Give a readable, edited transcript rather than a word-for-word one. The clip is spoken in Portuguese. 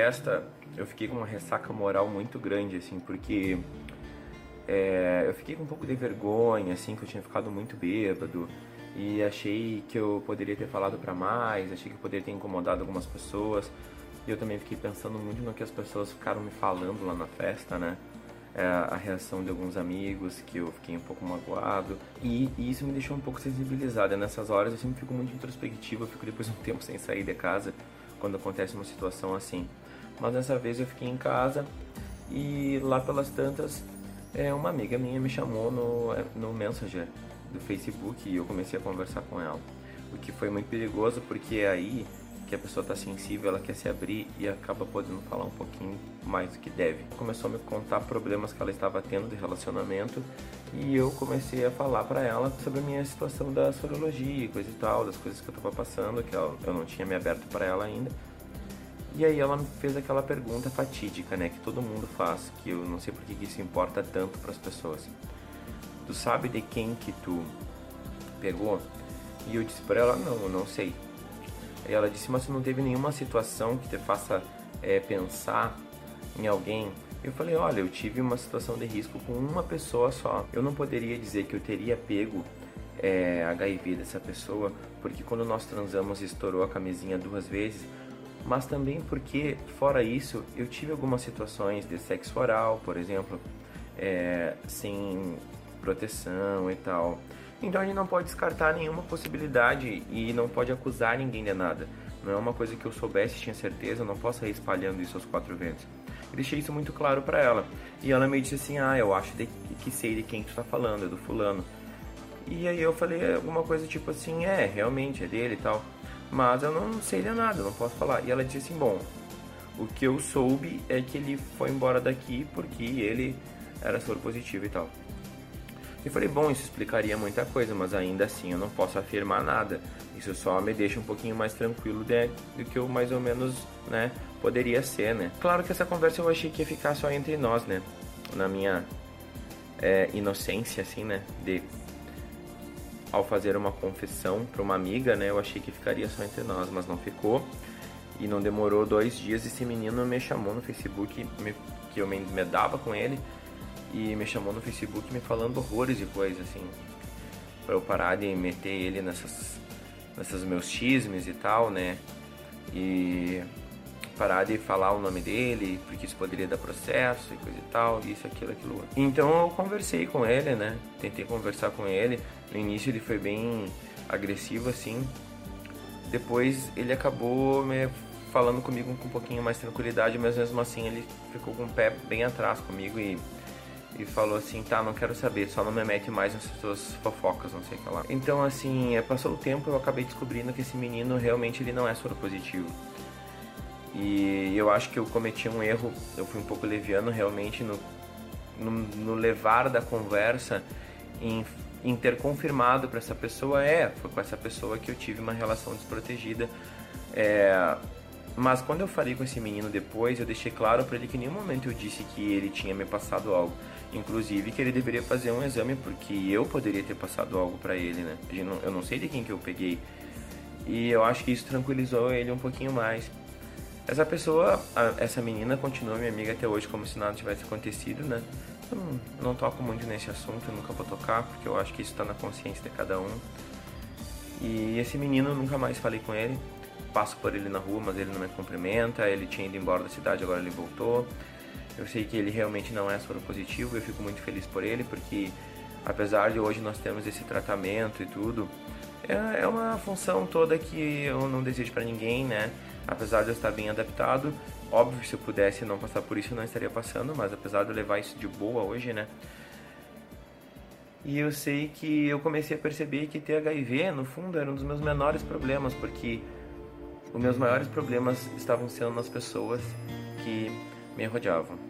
festa, eu fiquei com uma ressaca moral muito grande, assim, porque eu fiquei com um pouco de vergonha, assim, que eu tinha ficado muito bêbado e achei que eu poderia ter falado pra mais, achei que eu poderia ter incomodado algumas pessoas. E eu também fiquei pensando muito no que as pessoas ficaram me falando lá na festa, né? A reação de alguns amigos, que eu fiquei um pouco magoado. E isso me deixou um pouco sensibilizado. E nessas horas eu sempre fico muito introspectivo, eu fico depois de um tempo sem sair de casa, quando acontece uma situação assim. Mas dessa vez eu fiquei em casa e lá pelas tantas, uma amiga minha me chamou no Messenger do Facebook e eu comecei a conversar com ela. O que foi muito perigoso, porque é aí que a pessoa está sensível, ela quer se abrir e acaba podendo falar um pouquinho mais do que deve. Começou a me contar problemas que ela estava tendo de relacionamento e eu comecei a falar para ela sobre a minha situação da sorologia e coisa e tal, das coisas que eu estava passando, que eu não tinha me aberto para ela ainda. E aí ela me fez aquela pergunta fatídica, né, que todo mundo faz, que eu não sei por que isso importa tanto para as pessoas. Tu sabe de quem que tu pegou? E eu disse para ela, não, eu não sei. E ela disse, mas você não teve nenhuma situação que te faça pensar em alguém? Eu falei, olha, eu tive uma situação de risco com uma pessoa só. Eu não poderia dizer que eu teria pego HIV dessa pessoa, porque quando nós transamos estourou a camisinha 2 vezes, mas também porque, fora isso, eu tive algumas situações de sexo oral, por exemplo, sem proteção e tal. Então a gente não pode descartar nenhuma possibilidade e não pode acusar ninguém de nada. Não é uma coisa que eu soubesse, tinha certeza, eu não posso ir espalhando isso aos 4 ventos. Eu deixei isso muito claro pra ela. E ela me disse assim, eu acho que sei de quem tu tá falando, é do fulano. E aí eu falei alguma coisa tipo assim, realmente é dele e tal. Mas eu não sei de nada, eu não posso falar. E ela disse assim, bom, o que eu soube é que ele foi embora daqui porque ele era soro positivo e tal. Eu falei, bom, isso explicaria muita coisa, mas ainda assim eu não posso afirmar nada. Isso só me deixa um pouquinho mais tranquilo do que eu mais ou menos, né, poderia ser, né. Claro que essa conversa eu achei que ia ficar só entre nós, né, na minha inocência, assim, né, ao fazer uma confissão para uma amiga, né, eu achei que ficaria só entre nós, mas não ficou. E não demorou 2 dias, esse menino me chamou no Facebook, que eu me dava com ele, e me chamou no Facebook me falando horrores de coisas, assim, pra eu parar de meter ele nessas meus chismes e tal, né, e parar de falar o nome dele, porque isso poderia dar processo e coisa e tal, isso, aquilo outro. Então eu conversei com ele, né, tentei conversar com ele. No início ele foi bem agressivo, assim, depois ele acabou me falando comigo com um pouquinho mais tranquilidade, mas mesmo assim ele ficou com o pé bem atrás comigo e falou assim, tá, não quero saber, só não me mete mais nessas suas fofocas, não sei o que lá. Então, assim, passou o tempo, eu acabei descobrindo que esse menino realmente ele não é soropositivo. E eu acho que eu cometi um erro, eu fui um pouco leviano realmente no levar da conversa em ter confirmado para essa pessoa, foi com essa pessoa que eu tive uma relação desprotegida. Mas quando eu falei com esse menino depois, eu deixei claro para ele que em nenhum momento eu disse que ele tinha me passado algo. Inclusive que ele deveria fazer um exame, porque eu poderia ter passado algo para ele, né? Eu não sei de quem que eu peguei. E eu acho que isso tranquilizou ele um pouquinho mais. Essa menina continua minha amiga até hoje, como se nada tivesse acontecido, né? Eu não toco muito nesse assunto, eu nunca vou tocar, porque eu acho que isso está na consciência de cada um. E esse menino, eu nunca mais falei com ele. Passo por ele na rua, mas ele não me cumprimenta. Ele tinha ido embora da cidade, agora ele voltou. Eu sei que ele realmente não é soropositivo, eu fico muito feliz por ele, porque apesar de hoje nós termos esse tratamento e tudo, é uma função toda que eu não desejo pra ninguém, né? Apesar de eu estar bem adaptado, óbvio que se eu pudesse não passar por isso eu não estaria passando, mas apesar de eu levar isso de boa hoje, né? E eu sei que eu comecei a perceber que ter HIV, no fundo, era um dos meus menores problemas, porque os meus maiores problemas estavam sendo nas pessoas que me rodeavam.